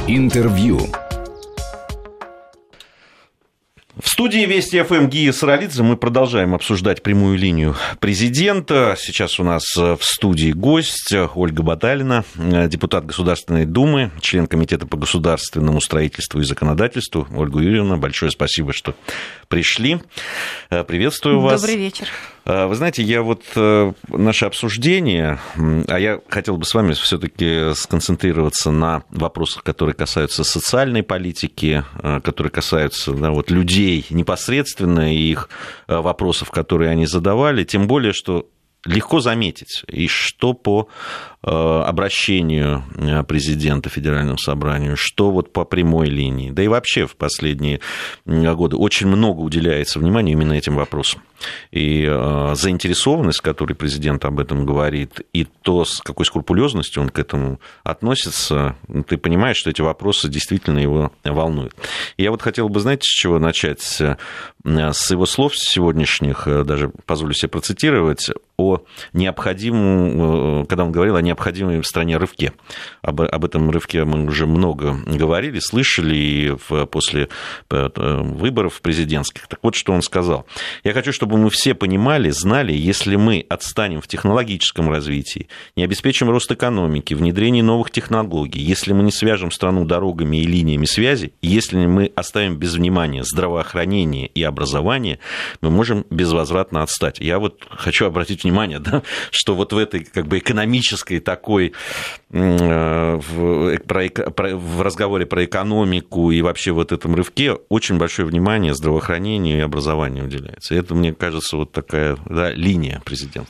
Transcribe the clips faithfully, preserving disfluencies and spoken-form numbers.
Интервью. В студии Вести ФМ Гия Саралидзе мы продолжаем обсуждать прямую линию президента. Сейчас у нас в студии гость Ольга Баталина, депутат Государственной Думы, член Комитета по государственному строительству и законодательству. Ольга Юрьевна, большое спасибо, что пришли. Приветствую вас. Добрый вечер. Вы знаете, я вот наше обсуждение, а я хотел бы с вами все-таки сконцентрироваться на вопросах, которые касаются социальной политики, которые касаются, да, вот людей непосредственно и их вопросов, которые они задавали, тем более, что легко заметить, и что по обращению президента Федеральному собранию, что вот по прямой линии, да и вообще в последние годы очень много уделяется внимания именно этим вопросам. И заинтересованность, с которой президент об этом говорит, и то, с какой скрупулезностью он к этому относится, ты понимаешь, что эти вопросы действительно его волнуют. И я вот хотел бы, знаете, с чего начать? С его слов сегодняшних, даже позволю себе процитировать, о необходимом, когда он говорил о необходимой в стране рывке. Об, об этом рывке мы уже много говорили, слышали и в, после выборов президентских. Так вот, что он сказал. Я хочу, чтобы мы все понимали, знали, если мы отстанем в технологическом развитии, не обеспечим рост экономики, внедрение новых технологий, если мы не свяжем страну дорогами и линиями связи, если мы оставим без внимания здравоохранение и образование, мы можем безвозвратно отстать. Я вот хочу обратить внимание, да, что вот в этой как бы экономической такой, в, про, про, в разговоре про экономику и вообще вот этом рывке очень большое внимание здравоохранению и образованию уделяется. И это, мне кажется, вот такая, да, линия президента.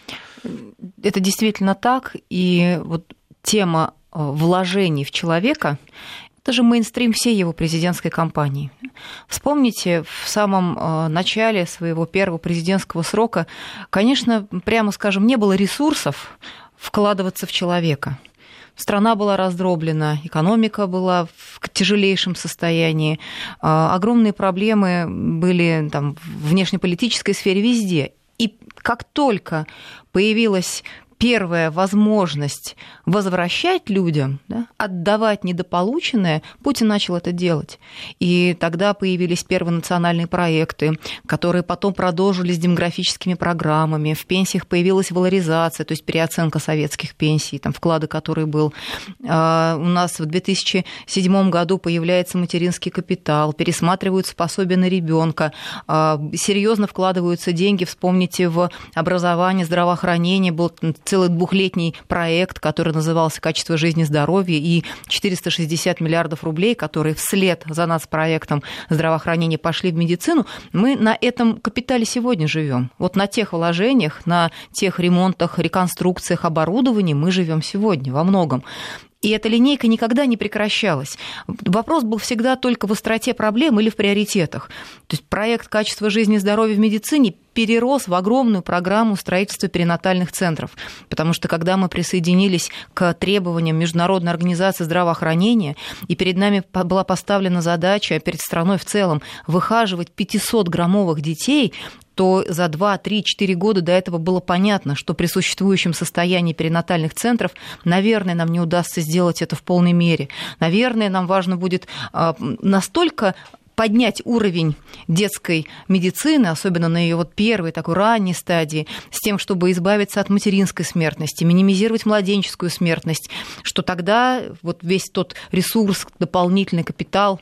Это действительно так, и вот тема вложений в человека – это же мейнстрим всей его президентской кампании. Вспомните, в самом начале своего первого президентского срока, конечно, прямо скажем, не было ресурсов вкладываться в человека. Страна была раздроблена, экономика была в тяжелейшем состоянии, огромные проблемы были там, в внешнеполитической сфере везде. И как только появилась первая возможность возвращать людям, да, отдавать недополученное, Путин начал это делать. И тогда появились первые национальные проекты, которые потом продолжились демографическими программами. В пенсиях появилась валоризация, то есть переоценка советских пенсий, там, вклада, который был. У нас в две тысячи седьмом году появляется материнский капитал, пересматриваются пособия на ребенка, серьезно вкладываются деньги, вспомните, в образование, здравоохранение, был целый двухлетний проект, который назывался «Качество жизни и здоровья», и четыреста шестьдесят миллиардов рублей, которые вслед за нацпроектом здравоохранения пошли в медицину, мы на этом капитале сегодня живем. Вот на тех вложениях, на тех ремонтах, реконструкциях, оборудовании мы живем сегодня во многом. И эта линейка никогда не прекращалась. Вопрос был всегда только в остроте проблем или в приоритетах. То есть проект «Качество жизни и здоровья в медицине» перерос в огромную программу строительства перинатальных центров. Потому что когда мы присоединились к требованиям Международной организации здравоохранения, и перед нами была поставлена задача, перед страной в целом, выхаживать пятисотграммовых детей, то за два, три, четыре года до этого было понятно, что при существующем состоянии перинатальных центров, наверное, нам не удастся сделать это в полной мере. Наверное, нам важно будет настолько поднять уровень детской медицины, особенно на ее вот первой, такой ранней стадии, с тем, чтобы избавиться от материнской смертности, минимизировать младенческую смертность, что тогда вот весь тот ресурс, дополнительный капитал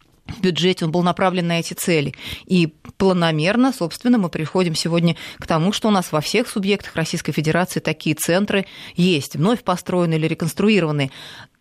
в бюджете, он был направлен на эти цели. И планомерно, собственно, мы приходим сегодня к тому, что у нас во всех субъектах Российской Федерации такие центры есть, вновь построенные или реконструированные.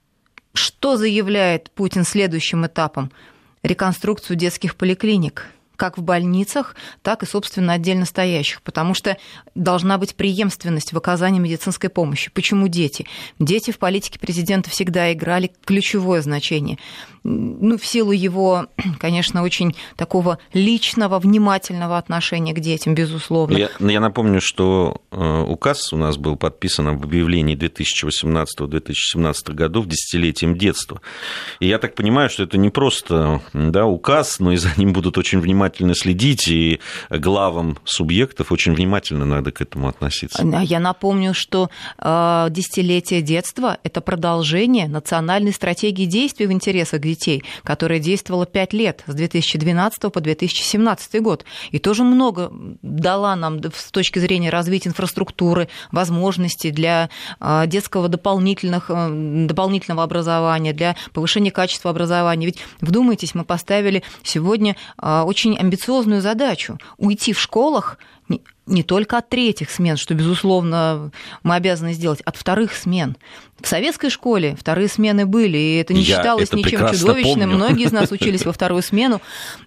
Что заявляет Путин следующим этапом? Реконструкцию детских поликлиник, как в больницах, так и, собственно, отдельно стоящих, потому что должна быть преемственность в оказании медицинской помощи. Почему дети? Дети в политике президента всегда играли ключевое значение. ну, в силу его, конечно, очень такого личного, внимательного отношения к детям, безусловно. Я, я напомню, что указ у нас был подписан об объявлении две тысячи восемнадцатого - две тысячи семнадцатого годов десятилетием детства. И я так понимаю, что это не просто, да, указ, но и за ним будут очень внимательно следить, и главам субъектов очень внимательно надо к этому относиться. Я напомню, что э, десятилетие детства – это продолжение национальной стратегии действий в интересах детей, которая действовала пять лет, с две тысячи двенадцатого по две тысячи семнадцатый год. И тоже много дала нам с точки зрения развития инфраструктуры, возможностей для э, детского дополнительных, э, дополнительного образования, для повышения качества образования. Ведь, вдумайтесь, мы поставили сегодня э, очень амбициозную задачу – уйти в школах не, не только от третьих смен, что, безусловно, мы обязаны сделать, от вторых смен. В советской школе вторые смены были, и это не Я считалось это ничем чудовищным. Помню. Многие из нас учились во вторую смену,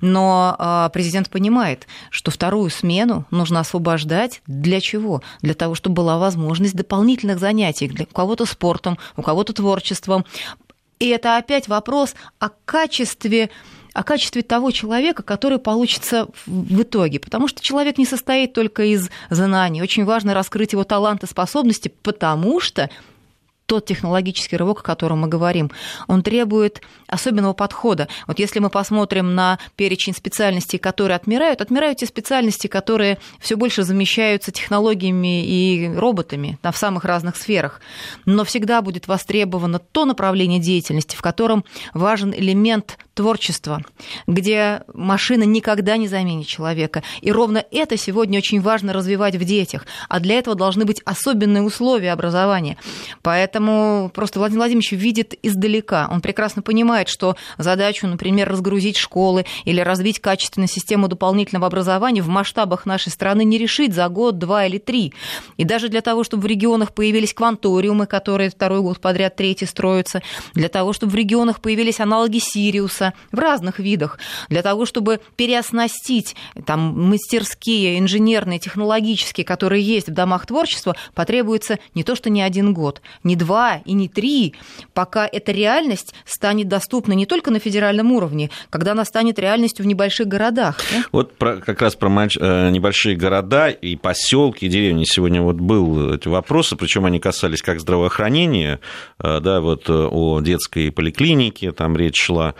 но а, президент понимает, что вторую смену нужно освобождать для чего? Для того, чтобы была возможность дополнительных занятий, для, у кого-то спортом, у кого-то творчеством. И это опять вопрос о качестве о качестве того человека, который получится в итоге. Потому что человек не состоит только из знаний. Очень важно раскрыть его таланты, способности, потому что тот технологический рывок, о котором мы говорим, он требует особенного подхода. Вот если мы посмотрим на перечень специальностей, которые отмирают, отмирают те специальности, которые все больше замещаются технологиями и роботами в самых разных сферах. Но всегда будет востребовано то направление деятельности, в котором важен элемент творчества, где машина никогда не заменит человека. И ровно это сегодня очень важно развивать в детях. А для этого должны быть особенные условия образования. Поэтому Поэтому просто Владимир Владимирович видит издалека. Он прекрасно понимает, что задачу, например, разгрузить школы или развить качественную систему дополнительного образования в масштабах нашей страны не решить за год, два или три. И даже для того, чтобы в регионах появились кванториумы, которые второй год подряд, третий строятся, для того, чтобы в регионах появились аналоги Сириуса в разных видах, для того, чтобы переоснастить там, мастерские, инженерные, технологические, которые есть в домах творчества, потребуется не то что не один год, не два и не три, пока эта реальность станет доступна не только на федеральном уровне, когда она станет реальностью в небольших городах. Да? Вот про, как раз про небольшие города и поселки, и деревни сегодня вот был эти вопросы, причем они касались как здравоохранения, да, вот о детской поликлинике, там речь шла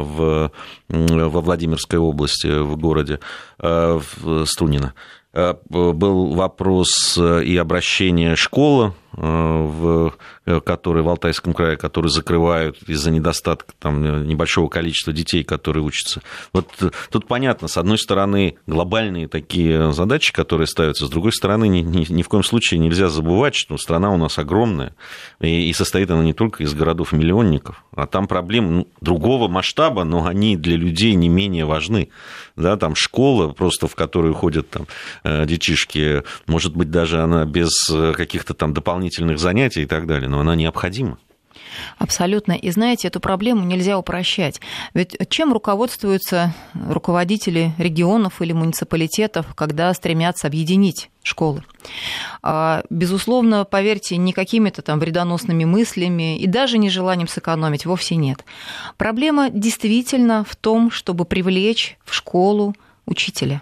в, во Владимирской области, в городе, в Струнино. Был вопрос и обращение школы, в, которые в Алтайском крае, которые закрывают из-за недостатка там, небольшого количества детей, которые учатся. Вот тут понятно, с одной стороны, глобальные такие задачи, которые ставятся, с другой стороны, ни, ни, ни в коем случае нельзя забывать, что страна у нас огромная, и, и состоит она не только из городов-миллионников, а там проблемы ну, другого масштаба, но они для людей не менее важны. Да, там школа, просто в которую ходят там, детишки, может быть, даже она без каких-то там дополнительных занятий и так далее, но она необходима. Абсолютно. И знаете, эту проблему нельзя упрощать. Ведь чем руководствуются руководители регионов или муниципалитетов, когда стремятся объединить школы? Безусловно, поверьте, не какими-то там вредоносными мыслями и даже не желанием сэкономить, вовсе нет. Проблема действительно в том, чтобы привлечь в школу учителя.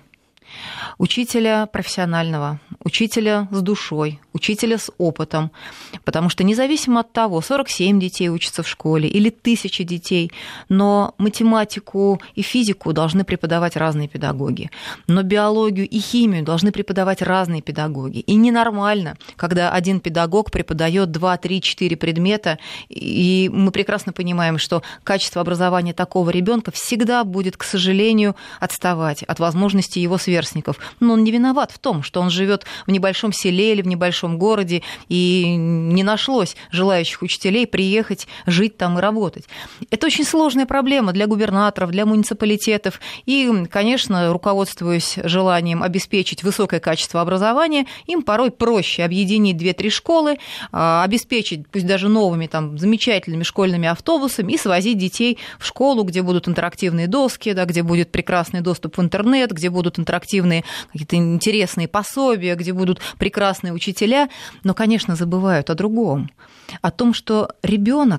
Учителя профессионального, учителя с душой, учителя с опытом, потому что независимо от того, сорок семь детей учатся в школе или тысяча детей, но математику и физику должны преподавать разные педагоги, но биологию и химию должны преподавать разные педагоги. И ненормально, когда один педагог преподает два, три, четыре предмета, и мы прекрасно понимаем, что качество образования такого ребенка всегда будет, к сожалению, отставать от возможностей его сверстников. Но он не виноват в том, что он живет в небольшом селе или в небольшом городе, и не нашлось желающих учителей приехать, жить там и работать. Это очень сложная проблема для губернаторов, для муниципалитетов. И, конечно, руководствуясь желанием обеспечить высокое качество образования, им порой проще объединить две-три школы, обеспечить, пусть даже новыми там, замечательными школьными автобусами и свозить детей в школу, где будут интерактивные доски, да, где будет прекрасный доступ в интернет, где будут интерактивные какие-то интересные пособия, где будут прекрасные учителя, но, конечно, забывают о другом, о том, что ребенок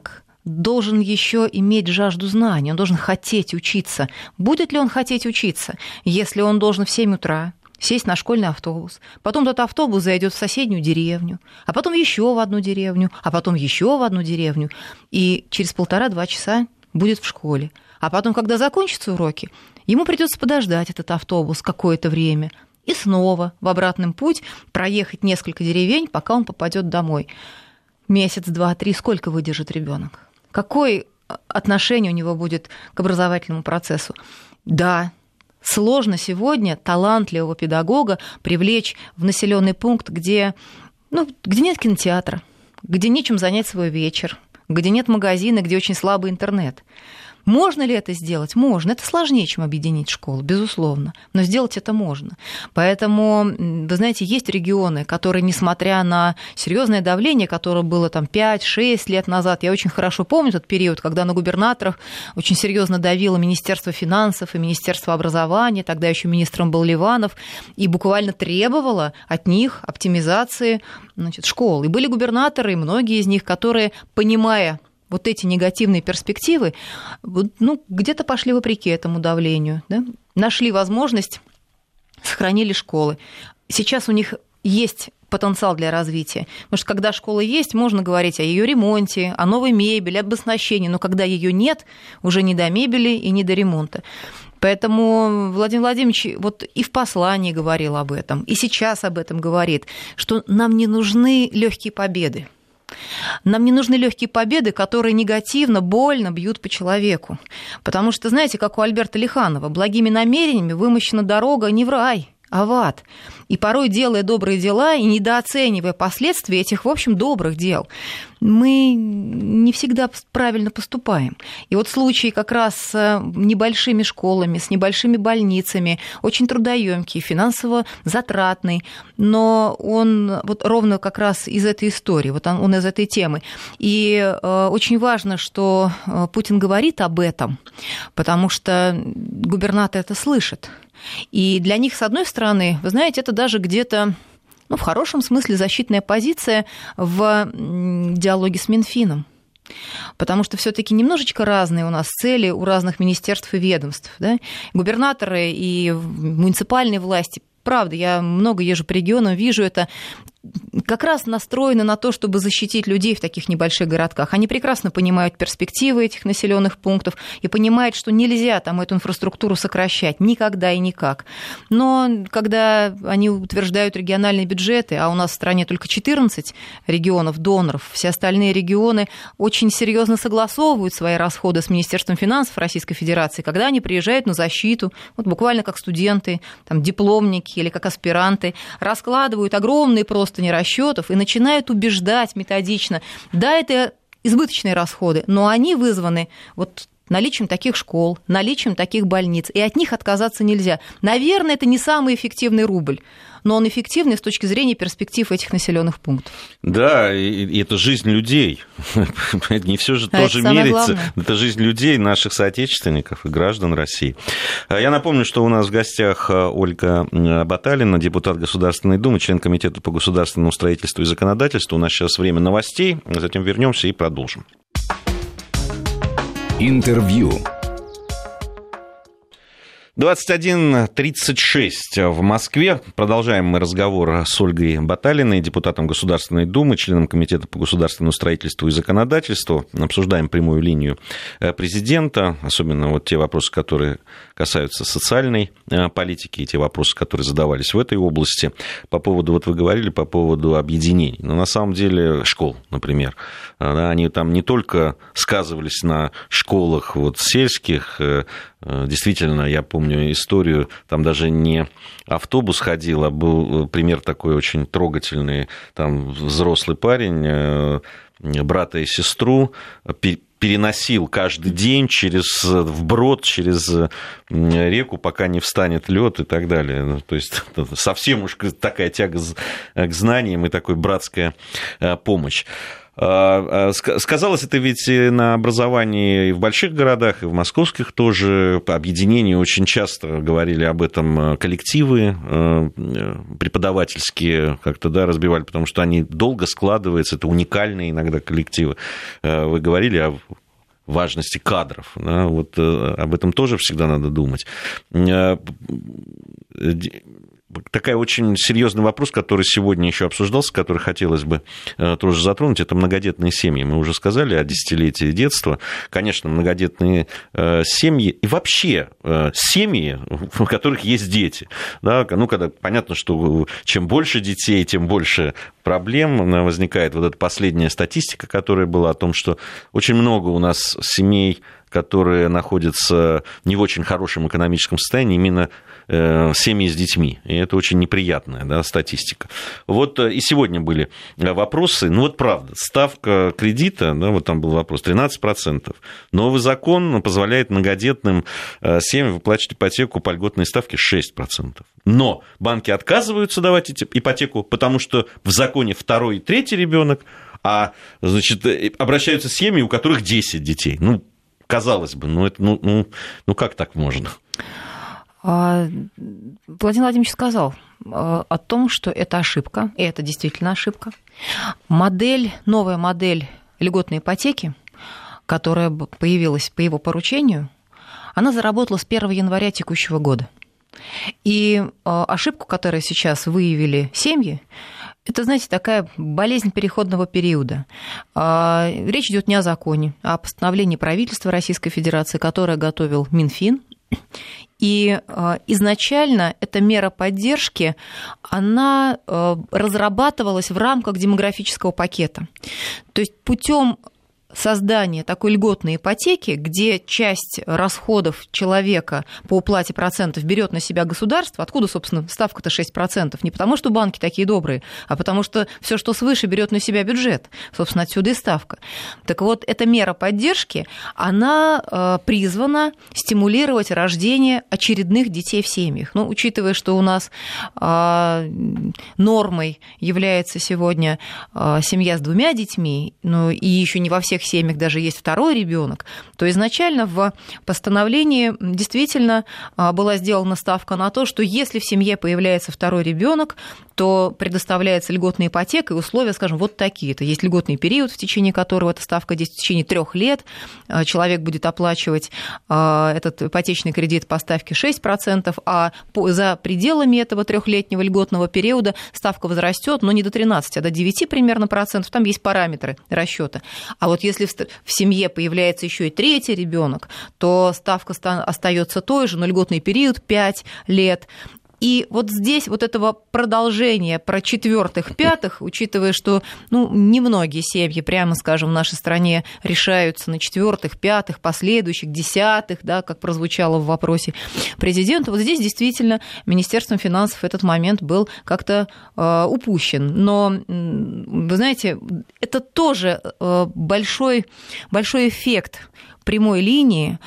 должен еще иметь жажду знаний, он должен хотеть учиться. Будет ли он хотеть учиться, если он должен в семь утра сесть на школьный автобус, потом этот автобус зайдет в соседнюю деревню, а потом еще в одну деревню, а потом еще в одну деревню, и через полтора-два часа будет в школе. А потом, когда закончатся уроки, ему придется подождать этот автобус какое-то время и снова в обратный путь проехать несколько деревень, пока он попадет домой. Месяц, два, три, сколько выдержит ребенок? Какое отношение у него будет к образовательному процессу? Да, сложно сегодня талантливого педагога привлечь в населенный пункт, где, ну, где нет кинотеатра, где нечем занять свой вечер, где нет магазина, где очень слабый интернет. Можно ли это сделать? Можно. Это сложнее, чем объединить школу, безусловно. Но сделать это можно. Поэтому, вы знаете, есть регионы, которые, несмотря на серьезное давление, которое было там пять-шесть лет назад, я очень хорошо помню тот период, когда на губернаторах очень серьезно давило Министерство финансов и Министерство образования, тогда еще министром был Ливанов, и буквально требовало от них оптимизации, значит, школ. И были губернаторы, и многие из них, которые, понимая вот эти негативные перспективы, ну, где-то пошли вопреки этому давлению, да? Нашли возможность, сохранили школы. Сейчас у них есть потенциал для развития. Потому что когда школа есть, можно говорить о ее ремонте, о новой мебели, об оснащении, но когда ее нет, уже не до мебели и не до ремонта. Поэтому Владимир Владимирович вот и в послании говорил об этом, и сейчас об этом говорит, что нам не нужны легкие победы. Нам не нужны легкие победы, которые негативно, больно бьют по человеку. Потому что, знаете, как у Альберта Лиханова, благими намерениями вымощена дорога не в рай, а в ад. И порой, делая добрые дела и недооценивая последствия этих, в общем, добрых дел, мы не всегда правильно поступаем. И вот случай как раз с небольшими школами, с небольшими больницами, очень трудоемкий, финансово затратный, но он вот ровно как раз из этой истории, вот он, он из этой темы. И э, очень важно, что Путин говорит об этом, потому что губернатор это слышит. И для них, с одной стороны, вы знаете, это даже где-то, ну, в хорошем смысле защитная позиция в диалоге с Минфином. Потому что все-таки немножечко разные у нас цели у разных министерств и ведомств. Да? Губернаторы и муниципальные власти, правда, я много езжу по регионам, вижу это, как раз настроены на то, чтобы защитить людей в таких небольших городках. Они прекрасно понимают перспективы этих населенных пунктов и понимают, что нельзя там эту инфраструктуру сокращать никогда и никак. Но когда они утверждают региональные бюджеты, а у нас в стране только четырнадцать регионов-доноров, все остальные регионы очень серьезно согласовывают свои расходы с Министерством финансов Российской Федерации, когда они приезжают на защиту, вот буквально как студенты, там, дипломники или как аспиранты, раскладывают огромные просто расчетов и начинают убеждать методично. Да, это избыточные расходы, но они вызваны вот наличием таких школ, наличием таких больниц, и от них отказаться нельзя. Наверное, это не самый эффективный рубль, но он эффективный с точки зрения перспектив этих населенных пунктов. Да, и, и это жизнь людей. Не все же а тоже это меряется. Это жизнь людей, наших соотечественников и граждан России. Я напомню, что у нас в гостях Ольга Баталина, депутат Государственной Думы, член Комитета по государственному строительству и законодательству. У нас сейчас время новостей, затем вернемся и продолжим. Интервью. двадцать один тридцать шесть в Москве. Продолжаем мы разговор с Ольгой Баталиной, депутатом Государственной Думы, членом Комитета по государственному строительству и законодательству. Обсуждаем прямую линию президента, особенно вот те вопросы, которые касаются социальной политики, и те вопросы, которые задавались в этой области. По поводу, вот вы говорили, по поводу объединений. Но на самом деле школ, например, да, они там не только сказывались на школах вот, сельских. Действительно, я помню историю, там даже не автобус ходил, а был пример такой очень трогательный. Там взрослый парень, брата и сестру переносил каждый день через вброд, через реку, пока не встанет лед и так далее. То есть совсем уж такая тяга к знаниям и такой братская помощь. Сказалось это ведь и на образовании и в больших городах, и в московских тоже. По объединению очень часто говорили об этом коллективы преподавательские, как-то, да, разбивали, потому что они долго складываются, это уникальные иногда коллективы. Вы говорили о важности кадров, да, вот об этом тоже всегда надо думать. Такой очень серьезный вопрос, который сегодня еще обсуждался, который хотелось бы тоже затронуть, это многодетные семьи. Мы уже сказали о десятилетии детства. Конечно, многодетные семьи и вообще семьи, в которых есть дети. Да, ну, когда понятно, что чем больше детей, тем больше проблем возникает. Вот эта последняя статистика, которая была о том, что очень много у нас семей, которые находятся не в очень хорошем экономическом состоянии, именно семьи с детьми. И это очень неприятная, да, статистика. Вот и сегодня были вопросы. Ну вот правда, ставка кредита, да, вот там был вопрос, тринадцать процентов. Новый закон позволяет многодетным семьям выплачивать ипотеку по льготной ставке шесть процентов. Но банки отказываются давать ипотеку, потому что в законе второй и третий ребенок, а, значит, обращаются семьи, у которых десять детей. Ну, казалось бы, ну, это, ну, ну, ну как так можно? Владимир Владимирович сказал о том, что это ошибка, и это действительно ошибка. Модель, новая модель льготной ипотеки, которая появилась по его поручению, она заработала с первого января текущего года. И ошибку, которую сейчас выявили семьи, это, знаете, такая болезнь переходного периода. Речь идет не о законе, а о постановлении правительства Российской Федерации, которое готовил Минфин. И изначально эта мера поддержки, она разрабатывалась в рамках демографического пакета. То есть путем создание такой льготной ипотеки, где часть расходов человека по уплате процентов берет на себя государство. Откуда, собственно, ставка-то шесть процентов? Не потому, что банки такие добрые, а потому что все, что свыше, берет на себя бюджет. Собственно, отсюда и ставка. Так вот, эта мера поддержки, она призвана стимулировать рождение очередных детей в семьях. Ну, учитывая, что у нас нормой является сегодня семья с двумя детьми, ну, и еще не во всех семьях даже есть второй ребенок, то изначально в постановлении действительно была сделана ставка на то, что если в семье появляется второй ребенок, то предоставляется льготная ипотека, и условия, скажем, вот такие. Это есть льготный период, в течение которого эта ставка действует в течение трех лет. Человек будет оплачивать этот ипотечный кредит по ставке шесть процентов, а за пределами этого трехлетнего льготного периода ставка возрастет, но не до тринадцати, а до девяти примерно процентов. Там есть параметры расчета. А вот если в семье появляется еще и третий ребенок, то ставка остается той же, но льготный период пять лет. И вот здесь вот этого продолжения про четвертых, пятых, учитывая, что ну, немногие семьи, прямо скажем, в нашей стране решаются на четвертых, пятых, последующих, десятых, да, как прозвучало в вопросе президента, вот здесь действительно Министерством финансов этот момент был как-то э, упущен. Но, вы знаете, это тоже э, большой, большой эффект прямой линии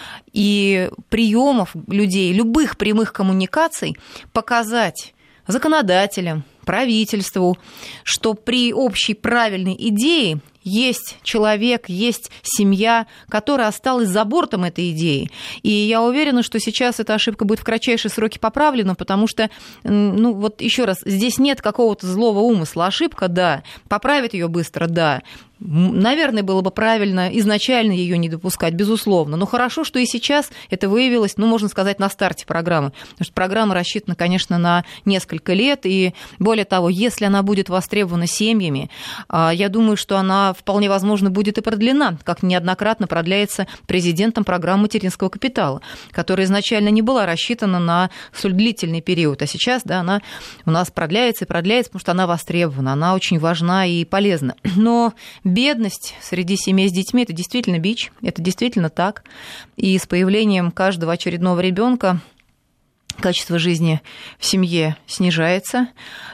и приемов людей, любых прямых коммуникаций, показать законодателям, правительству, что при общей правильной идее есть человек, есть семья, которая осталась за бортом этой идеи. И я уверена, что сейчас эта ошибка будет в кратчайшие сроки поправлена, потому что, ну вот еще раз, здесь нет какого-то злого умысла. Ошибка, да, поправить ее быстро, да. Наверное, было бы правильно изначально ее не допускать, безусловно. Но хорошо, что и сейчас это выявилось, ну, можно сказать, на старте программы. Потому что программа рассчитана, конечно, на несколько лет. И более того, если она будет востребована семьями, я думаю, что она вполне возможно будет и продлена, как неоднократно продляется президентом программа материнского капитала, которая изначально не была рассчитана на столь длительный период. А сейчас, да, она у нас продляется и продляется, потому что она востребована, она очень важна и полезна. Но бедность среди семей с детьми – это действительно бич, это действительно так. И с появлением каждого очередного ребенка качество жизни в семье снижается,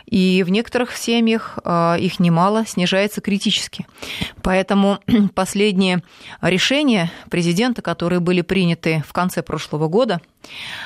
и в некоторых семьях, их немало, снижается критически. Поэтому последние решения президента, которые были приняты в конце прошлого года,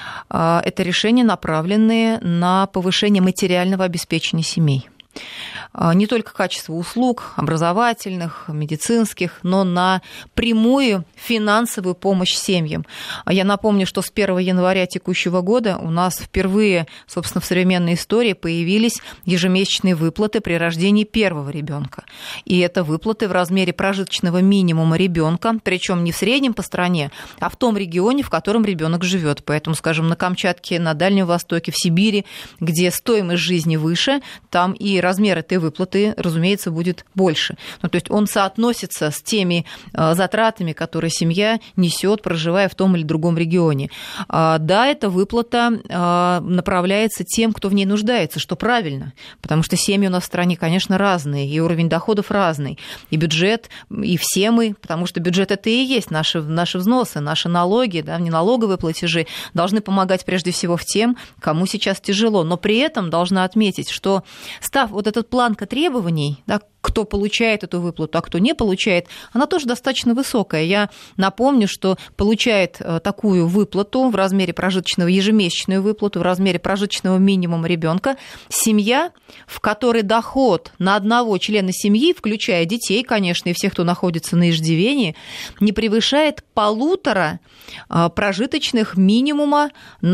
это решения, направленные на повышение материального обеспечения семей. не только качество услуг образовательных, медицинских, но на прямую финансовую помощь семьям. Я напомню, что с первого января текущего года у нас впервые, собственно, в современной истории появились ежемесячные выплаты при рождении первого ребенка. И это выплаты в размере прожиточного минимума ребенка, причем не в среднем по стране, а в том регионе, в котором ребенок живет. Поэтому, скажем, на Камчатке, на Дальнем Востоке, в Сибири, где стоимость жизни выше, там и размер этой выплаты, разумеется, будет больше. Ну, то есть он соотносится с теми затратами, которые семья несет, проживая в том или другом регионе. Да, эта выплата направляется тем, кто в ней нуждается, что правильно, потому что семьи у нас в стране, конечно, разные, и уровень доходов разный, и бюджет, и все мы, потому что бюджет — это и есть наши, наши взносы, наши налоги, да, неналоговые платежи, должны помогать прежде всего в тем, кому сейчас тяжело. Но при этом должна отметить, что став вот этот планка требований, да, кто получает эту выплату, а кто не получает, она тоже достаточно высокая. Я напомню, что получает такую выплату в размере прожиточного, ежемесячную выплату в размере прожиточного минимума ребенка семья, в которой доход на одного члена семьи, включая детей, конечно, и всех, кто находится на иждивении, не превышает полутора прожиточных минимума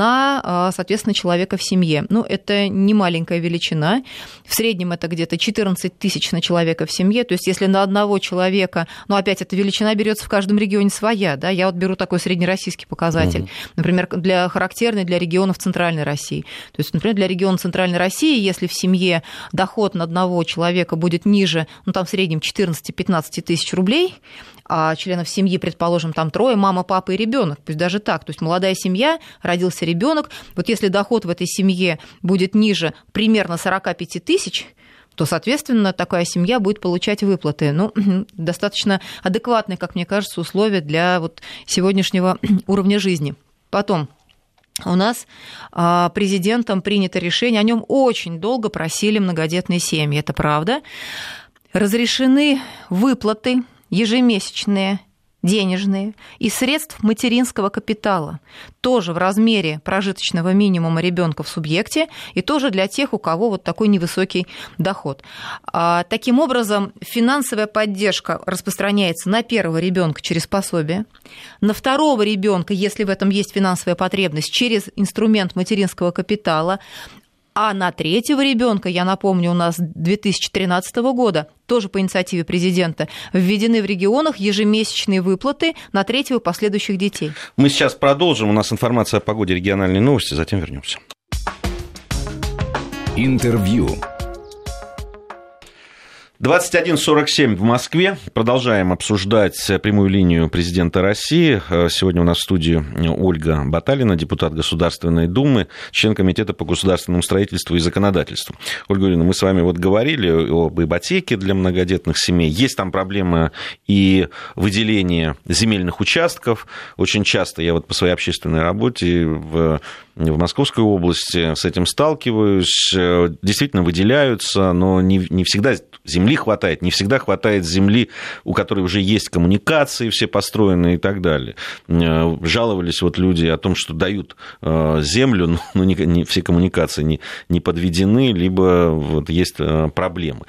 на, соответственно, человека в семье. Ну, это не маленькая величина. В среднем это где-то четырнадцать тысяч на человека человека в семье, то есть если на одного человека, ну опять эта величина берется в каждом регионе своя, да, я вот беру такой среднероссийский показатель, угу. например, для, характерный для регионов Центральной России. То есть, например, для региона Центральной России, если в семье доход на одного человека будет ниже, ну там в среднем четырнадцать-пятнадцать тысяч рублей, а членов семьи, предположим, там трое, мама, папа и ребенок, пусть даже так, то есть молодая семья, родился ребенок, вот если доход в этой семье будет ниже примерно сорок пять тысяч, то, соответственно, такая семья будет получать выплаты. Ну, достаточно адекватные, как мне кажется, условия для вот сегодняшнего уровня жизни. Потом у нас президентом принято решение, о нем очень долго просили многодетные семьи, это правда. Разрешены выплаты ежемесячные, денежные, из средств материнского капитала, тоже в размере прожиточного минимума ребенка в субъекте, и тоже для тех, у кого вот такой невысокий доход. Таким образом, финансовая поддержка распространяется на первого ребенка через пособие, на второго ребенка, если в этом есть финансовая потребность, через инструмент материнского капитала, а на третьего ребенка, я напомню, у нас с две тысячи тринадцатого года, тоже по инициативе президента, введены в регионах ежемесячные выплаты на третьего и последующих детей. Мы сейчас продолжим. У нас информация о погоде, региональные новости, затем вернемся. Интервью. двадцать один сорок семь в Москве. Продолжаем обсуждать прямую линию президента России. Сегодня у нас в студии Ольга Баталина, депутат Государственной Думы, член Комитета по государственному строительству и законодательству. Ольга Юрьевна, мы с вами вот говорили об ипотеке для многодетных семей. Есть там проблема и выделения земельных участков. Очень часто я вот по своей общественной работе в в Московской области с этим сталкиваюсь. Действительно выделяются, но не, не всегда земли хватает, не всегда хватает земли, у которой уже есть коммуникации все построены и так далее. Жаловались вот люди о том, что дают землю, но не, не все коммуникации не, не подведены, либо вот есть проблемы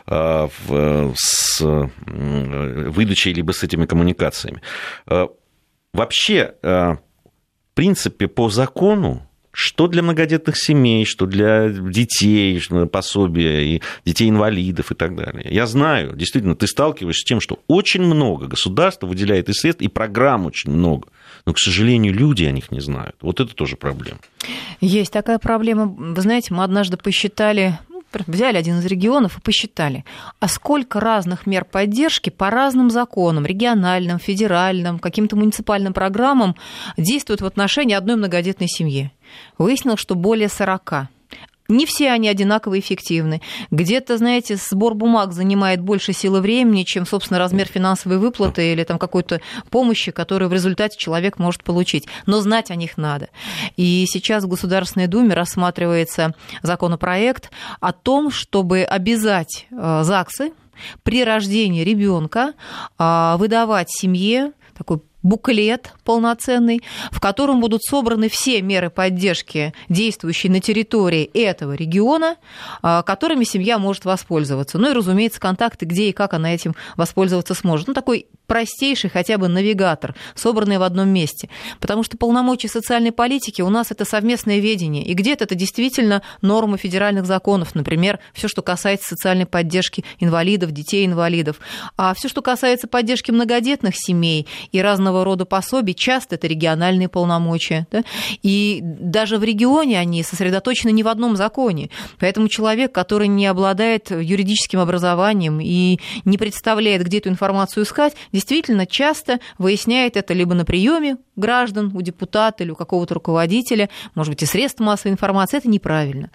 с выдачей, либо с этими коммуникациями. Вообще, в принципе, по закону, что для многодетных семей, что для детей, пособия, и детей-инвалидов и так далее. Я знаю, действительно, ты сталкиваешься с тем, что очень много государства выделяет и средств, и программ очень много. Но, к сожалению, люди о них не знают. Вот это тоже проблема. Есть такая проблема. Вы знаете, мы однажды посчитали... Взяли один из регионов и посчитали, а сколько разных мер поддержки по разным законам, региональным, федеральным, каким-то муниципальным программам действуют в отношении одной многодетной семьи. Выяснилось, что более сорока. Не все они одинаково эффективны. Где-то, знаете, сбор бумаг занимает больше силы времени, чем, собственно, размер финансовой выплаты или там какой-то помощи, которую в результате человек может получить. Но знать о них надо. И сейчас в Государственной Думе рассматривается законопроект о том, чтобы обязать ЗАГСы при рождении ребенка выдавать семье такой буклет полноценный, в котором будут собраны все меры поддержки, действующие на территории этого региона, которыми семья может воспользоваться. Ну и, разумеется, контакты, где и как она этим воспользоваться сможет. Ну, такой простейший хотя бы навигатор, собранный в одном месте. Потому что полномочия социальной политики у нас это совместное ведение. И где-то это действительно нормы федеральных законов. Например, все, что касается социальной поддержки инвалидов, детей-инвалидов. А все, что касается поддержки многодетных семей и разного рода пособий, часто это региональные полномочия. Да? И даже в регионе они сосредоточены не в одном законе. Поэтому человек, который не обладает юридическим образованием и не представляет, где эту информацию искать, действительно часто выясняет это либо на приеме граждан, у депутата или у какого-то руководителя, может быть, и средств массовой информации. Это неправильно.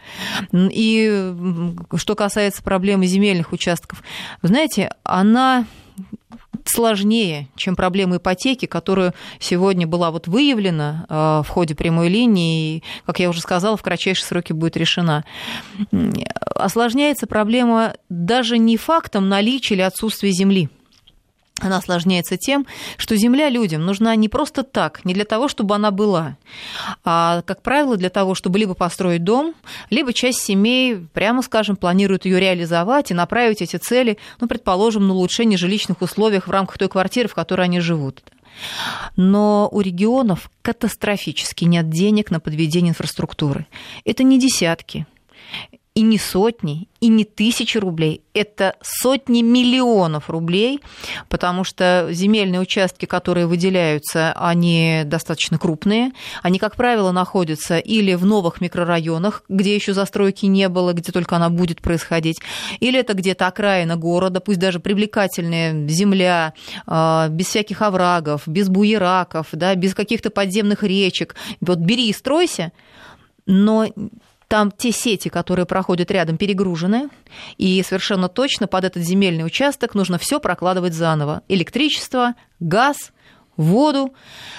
И что касается проблемы земельных участков, вы знаете, она сложнее, чем проблема ипотеки, которая сегодня была вот выявлена в ходе прямой линии и, как я уже сказала, в кратчайшие сроки будет решена. Осложняется проблема даже не фактом наличия или отсутствия земли. Она осложняется тем, что земля людям нужна не просто так, не для того, чтобы она была, а, как правило, для того, чтобы либо построить дом, либо часть семей, прямо скажем, планирует ее реализовать и направить эти цели, ну, предположим, на улучшение жилищных условий в рамках той квартиры, в которой они живут. Но у регионов катастрофически нет денег на подведение инфраструктуры. Это не десятки, и не сотни, и не тысячи рублей. Это сотни миллионов рублей, потому что земельные участки, которые выделяются, они достаточно крупные. Они, как правило, находятся или в новых микрорайонах, где еще застройки не было, где только она будет происходить, или это где-то окраина города, пусть даже привлекательная земля, без всяких оврагов, без буераков, да, без каких-то подземных речек. Вот бери и стройся, но там те сети, которые проходят рядом, перегружены, и совершенно точно под этот земельный участок нужно все прокладывать заново. Электричество, газ, воду.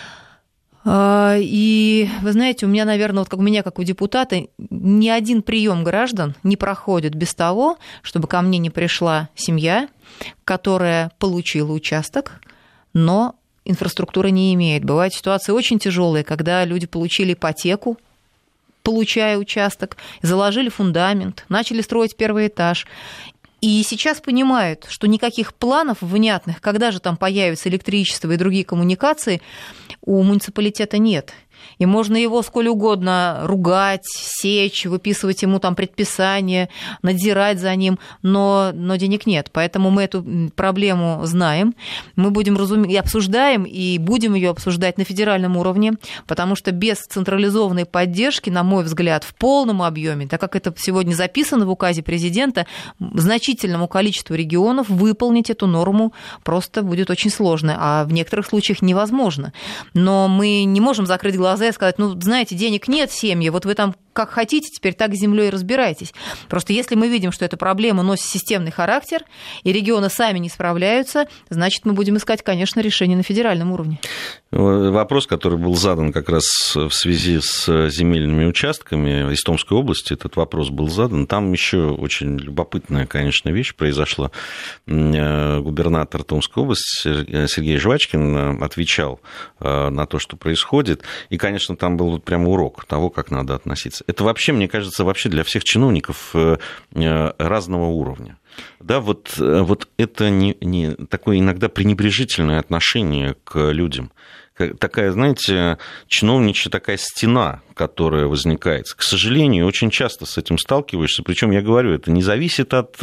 И вы знаете, у меня, наверное, вот как у меня, как у депутата, ни один прием граждан не проходит без того, чтобы ко мне не пришла семья, которая получила участок, но инфраструктуры не имеет. Бывают ситуации очень тяжелые, когда люди получили ипотеку, получая участок, заложили фундамент, начали строить первый этаж. И сейчас понимают, что никаких планов внятных, когда же там появится электричество и другие коммуникации, у муниципалитета нет. И можно его сколь угодно ругать, сечь, выписывать ему там предписания, надзирать за ним, но, но денег нет. Поэтому мы эту проблему знаем, мы будем разум... и обсуждаем, и будем ее обсуждать на федеральном уровне, потому что без централизованной поддержки, на мой взгляд, в полном объеме, так как это сегодня записано в указе президента, значительному количеству регионов выполнить эту норму просто будет очень сложно, а в некоторых случаях невозможно. Но мы не можем закрыть глаза и сказать, ну, знаете, денег нет, семьи, вот вы там как хотите, теперь так с землей разбирайтесь. Просто если мы видим, что эта проблема носит системный характер, и регионы сами не справляются, значит, мы будем искать, конечно, решение на федеральном уровне. Вопрос, который был задан как раз в связи с земельными участками из Томской области, этот вопрос был задан. Там еще очень любопытная, конечно, вещь произошла. Губернатор Томской области Сергей Жвачкин отвечал на то, что происходит. И, конечно, там был прямо урок того, как надо относиться. Это вообще, мне кажется, вообще для всех чиновников разного уровня. Да, вот, вот это не, не такое иногда пренебрежительное отношение к людям. Такая, знаете, чиновничья такая стена, которая возникает. К сожалению, очень часто с этим сталкиваешься. Причем я говорю, это не зависит от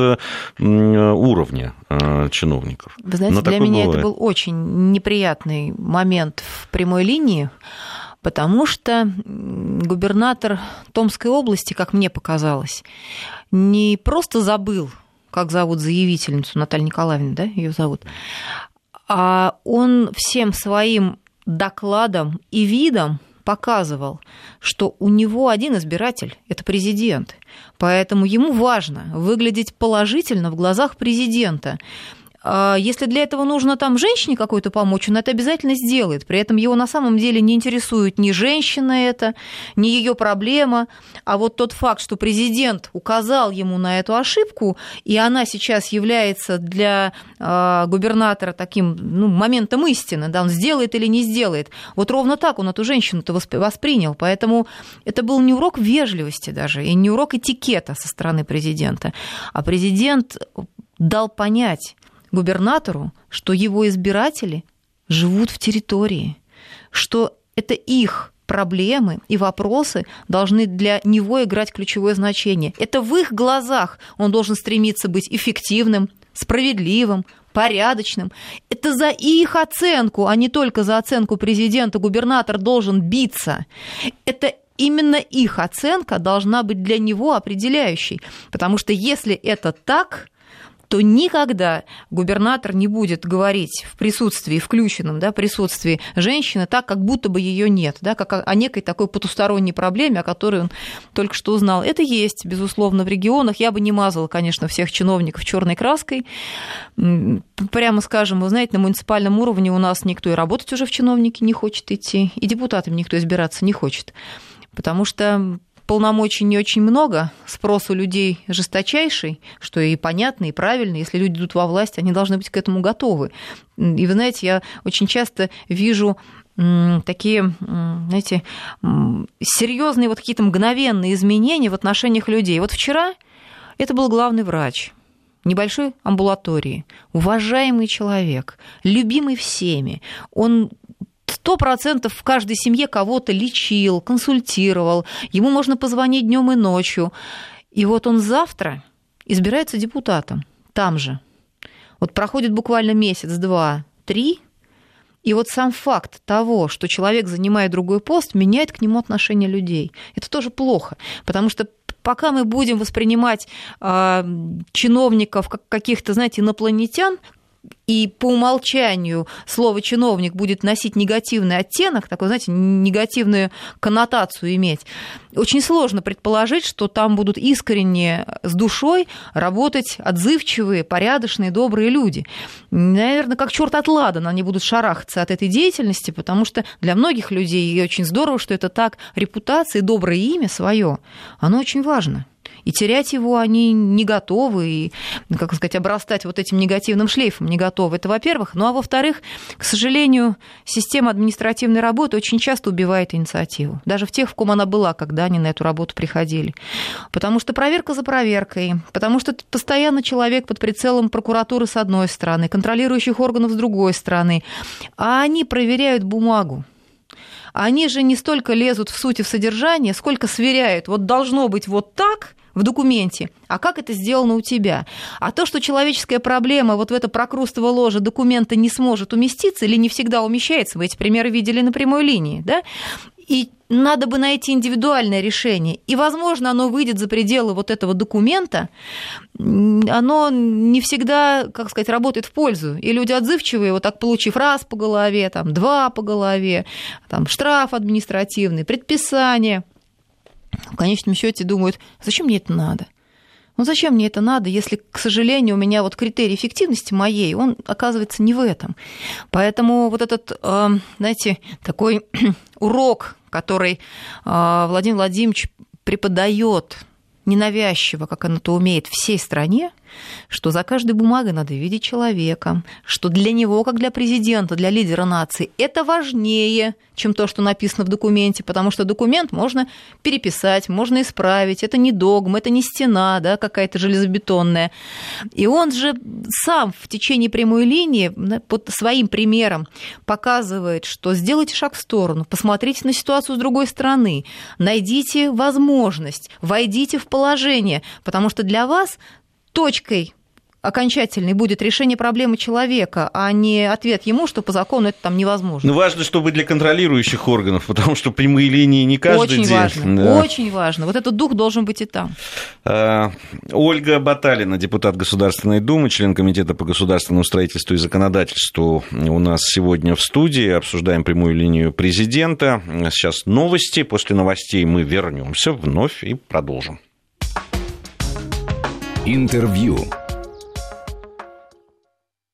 уровня чиновников. Вы знаете, но для меня бывает. Это был очень неприятный момент в прямой линии, потому что губернатор Томской области, как мне показалось, не просто забыл, как зовут заявительницу, Наталья Николаевна, да, ее зовут, а он всем своим докладом и видом показывал, что у него один избиратель – это президент. Поэтому ему важно выглядеть положительно в глазах президента. Если для этого нужно там женщине какой-то помочь, он это обязательно сделает. При этом его на самом деле не интересует ни женщина это, ни ее проблема, а вот тот факт, что президент указал ему на эту ошибку, и она сейчас является для э, губернатора таким ну, моментом истины, да, он сделает или не сделает. Вот ровно так он эту женщину-то воспринял. Поэтому это был не урок вежливости даже, и не урок этикета со стороны президента, а президент дал понять губернатору, что его избиратели живут в территории, что это их проблемы и вопросы должны для него играть ключевое значение. Это в их глазах он должен стремиться быть эффективным, справедливым, порядочным. Это за их оценку, а не только за оценку президента, губернатор должен биться. Это именно их оценка должна быть для него определяющей. Потому что если это так, то никогда губернатор не будет говорить в присутствии, включенном да, присутствии женщины так, как будто бы ее нет, да, как о некой такой потусторонней проблеме, о которой он только что узнал. Это есть, безусловно, в регионах. Я бы не мазала, конечно, всех чиновников черной краской. Прямо скажем, вы знаете, на муниципальном уровне у нас никто и работать уже в чиновнике не хочет идти, и депутатам никто избираться не хочет, потому что полномочий не очень много, спрос у людей жесточайший, что и понятно, и правильно. Если люди идут во власть, они должны быть к этому готовы. И вы знаете, я очень часто вижу такие, знаете, серьезные вот какие-то мгновенные изменения в отношениях людей. Вот вчера это был главный врач небольшой амбулатории, уважаемый человек, любимый всеми. Он Сто процентов в каждой семье кого-то лечил, консультировал, ему можно позвонить днем и ночью. И вот он завтра избирается депутатом там же. Вот проходит буквально месяц, два, три, и вот сам факт того, что человек занимает другой пост, меняет к нему отношение людей. Это тоже плохо, потому что пока мы будем воспринимать э, чиновников как каких-то, знаете, инопланетян, и по умолчанию слово «чиновник» будет носить негативный оттенок, такой, знаете, негативную коннотацию иметь, очень сложно предположить, что там будут искренне, с душой работать отзывчивые, порядочные, добрые люди. Наверное, как черт от ладана они будут шарахаться от этой деятельности, потому что для многих людей, и очень здорово, что это так, репутация и доброе имя свое, оно очень важно. И терять его они не готовы, и, как сказать, обрастать вот этим негативным шлейфом не готовы. Это, во-первых. Ну, а во-вторых, к сожалению, система административной работы очень часто убивает инициативу. Даже в тех, в ком она была, когда они на эту работу приходили. Потому что проверка за проверкой, потому что постоянно человек под прицелом прокуратуры с одной стороны, контролирующих органов с другой стороны, а они проверяют бумагу. Они же не столько лезут в суть и в содержание, сколько сверяют. Вот должно быть вот так в документе, а как это сделано у тебя? А то, что человеческая проблема вот в это прокрустово ложе документа не сможет уместиться или не всегда умещается, вы эти примеры видели на прямой линии, да? И надо бы найти индивидуальное решение. И, возможно, оно выйдет за пределы вот этого документа. Оно не всегда, как сказать, работает в пользу. И люди отзывчивые, вот так получив раз по голове, там, два по голове, там, штраф административный, предписание, в конечном счете думают, зачем мне это надо? Ну зачем мне это надо, если, к сожалению, у меня вот критерий эффективности моей, он оказывается не в этом. Поэтому вот этот, знаете, такой урок, который Владимир Владимирович преподает ненавязчиво, как он это умеет, всей стране, что за каждой бумагой надо видеть человека, что для него, как для президента, для лидера нации, это важнее, чем то, что написано в документе, потому что документ можно переписать, можно исправить, это не догма, это не стена, да, какая-то железобетонная. И он же сам в течение прямой линии под своим примером показывает, что сделайте шаг в сторону, посмотрите на ситуацию с другой стороны, найдите возможность, войдите в положение, потому что для вас точкой окончательной будет решение проблемы человека, а не ответ ему, что по закону это там невозможно. Ну, важно, чтобы для контролирующих органов, потому что прямые линии не каждый очень день. Важно, да. Очень важно. Вот этот дух должен быть и там. Ольга Баталина, депутат Государственной Думы, член Комитета по государственному строительству и законодательству, у нас сегодня в студии. Обсуждаем прямую линию президента. Сейчас новости. После новостей мы вернемся вновь и продолжим. Интервью.